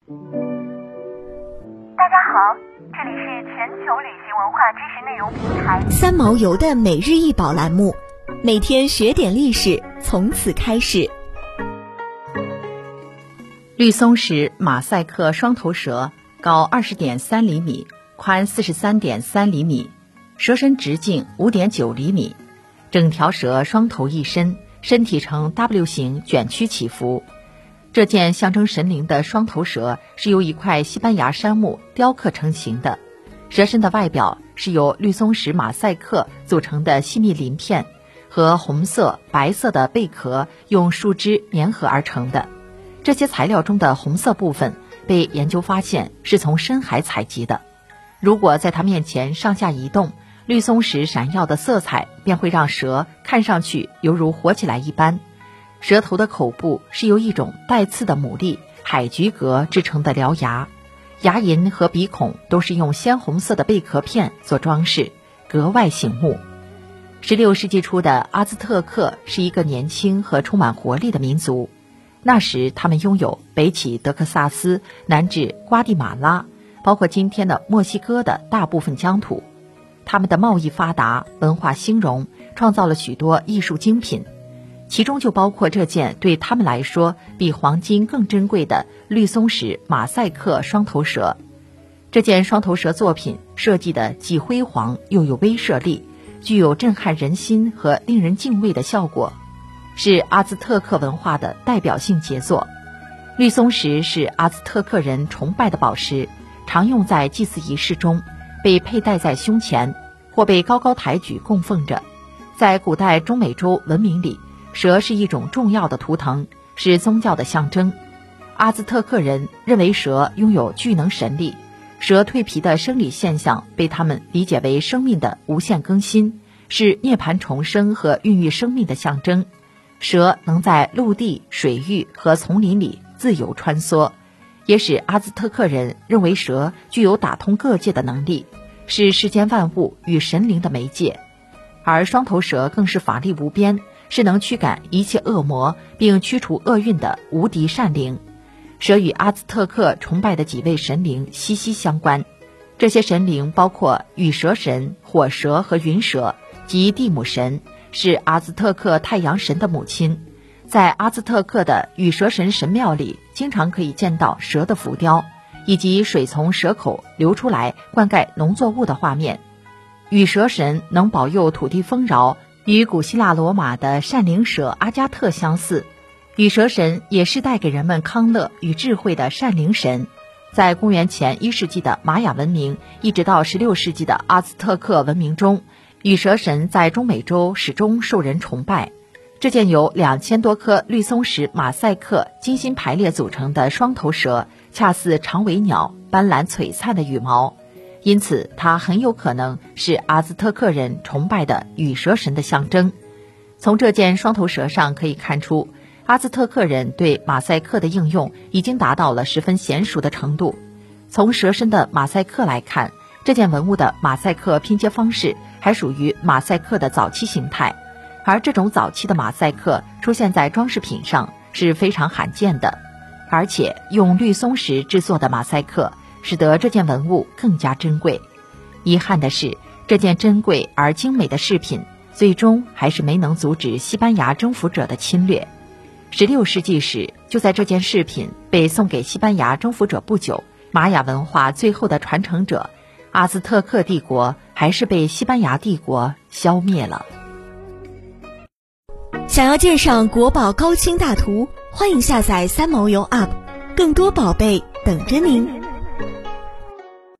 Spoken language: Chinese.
大家好，这里是全球旅行文化知识内容平台三毛游的每日一宝栏目，每天学点历史，从此开始。 绿松石马赛克双头蛇高20.3厘米，宽43.3厘米，蛇身直径5.9厘米，整条蛇双头一身，身体呈 W 型卷曲起伏。这件象征神灵的双头蛇是由一块西班牙杉木雕刻成型的，蛇身的外表是由绿松石马赛克组成的细密鳞片和红色、白色的贝壳用树枝粘合而成的。这些材料中的红色部分被研究发现是从深海采集的。如果在它面前上下移动，绿松石闪耀的色彩便会让蛇看上去犹如活起来一般。蛇头的口部是由一种带刺的牡蛎海菊蛤制成的獠牙，牙龈和鼻孔都是用鲜红色的贝壳片做装饰，格外醒目。16世纪初的阿兹特克是一个年轻和充满活力的民族。那时他们拥有北起德克萨斯南至瓜地马拉，包括今天的墨西哥的大部分疆土。他们的贸易发达，文化兴荣，创造了许多艺术精品，其中就包括这件对他们来说比黄金更珍贵的绿松石马赛克双头蛇。这件双头蛇作品设计的既辉煌又有威慑力，具有震撼人心和令人敬畏的效果，是阿兹特克文化的代表性杰作。绿松石是阿兹特克人崇拜的宝石，常用在祭祀仪式中，被佩戴在胸前，或被高高抬举供奉着。在古代中美洲文明里，蛇是一种重要的图腾，是宗教的象征。阿兹特克人认为蛇拥有巨能神力，蛇蜕皮的生理现象被他们理解为生命的无限更新，是涅槃重生和孕育生命的象征。蛇能在陆地、水域和丛林里自由穿梭，也使阿兹特克人认为蛇具有打通各界的能力，是世间万物与神灵的媒介。而双头蛇更是法力无边，是能驱赶一切恶魔并驱除厄运的无敌善灵。蛇与阿兹特克崇拜的几位神灵息息相关，这些神灵包括羽蛇神、火蛇和云蛇及地母神，是阿兹特克太阳神的母亲。在阿兹特克的羽蛇神神庙里，经常可以见到蛇的浮雕，以及水从蛇口流出来灌溉农作物的画面。羽蛇神能保佑土地丰饶，与古希腊罗马的善灵蛇阿加特相似。羽蛇神也是带给人们康乐与智慧的善灵神。在公元前1世纪的玛雅文明一直到16世纪的阿兹特克文明中，羽蛇神在中美洲始终受人崇拜。这件由2000多颗绿松石马赛克精心排列组成的双头蛇，恰似长尾鸟斑斓璀璨的羽毛，因此它很有可能是阿兹特克人崇拜的羽蛇神的象征。从这件双头蛇上可以看出，阿兹特克人对马赛克的应用已经达到了十分娴熟的程度。从蛇身的马赛克来看，这件文物的马赛克拼接方式还属于马赛克的早期形态，而这种早期的马赛克出现在装饰品上是非常罕见的，而且用绿松石制作的马赛克使得这件文物更加珍贵。遗憾的是，这件珍贵而精美的饰品最终还是没能阻止西班牙征服者的侵略。16世纪时，就在这件饰品被送给西班牙征服者不久，玛雅文化最后的传承者阿兹特克帝国还是被西班牙帝国消灭了。 想要鉴赏国宝高清大图，欢迎下载三毛游 App， 更多宝贝等着您。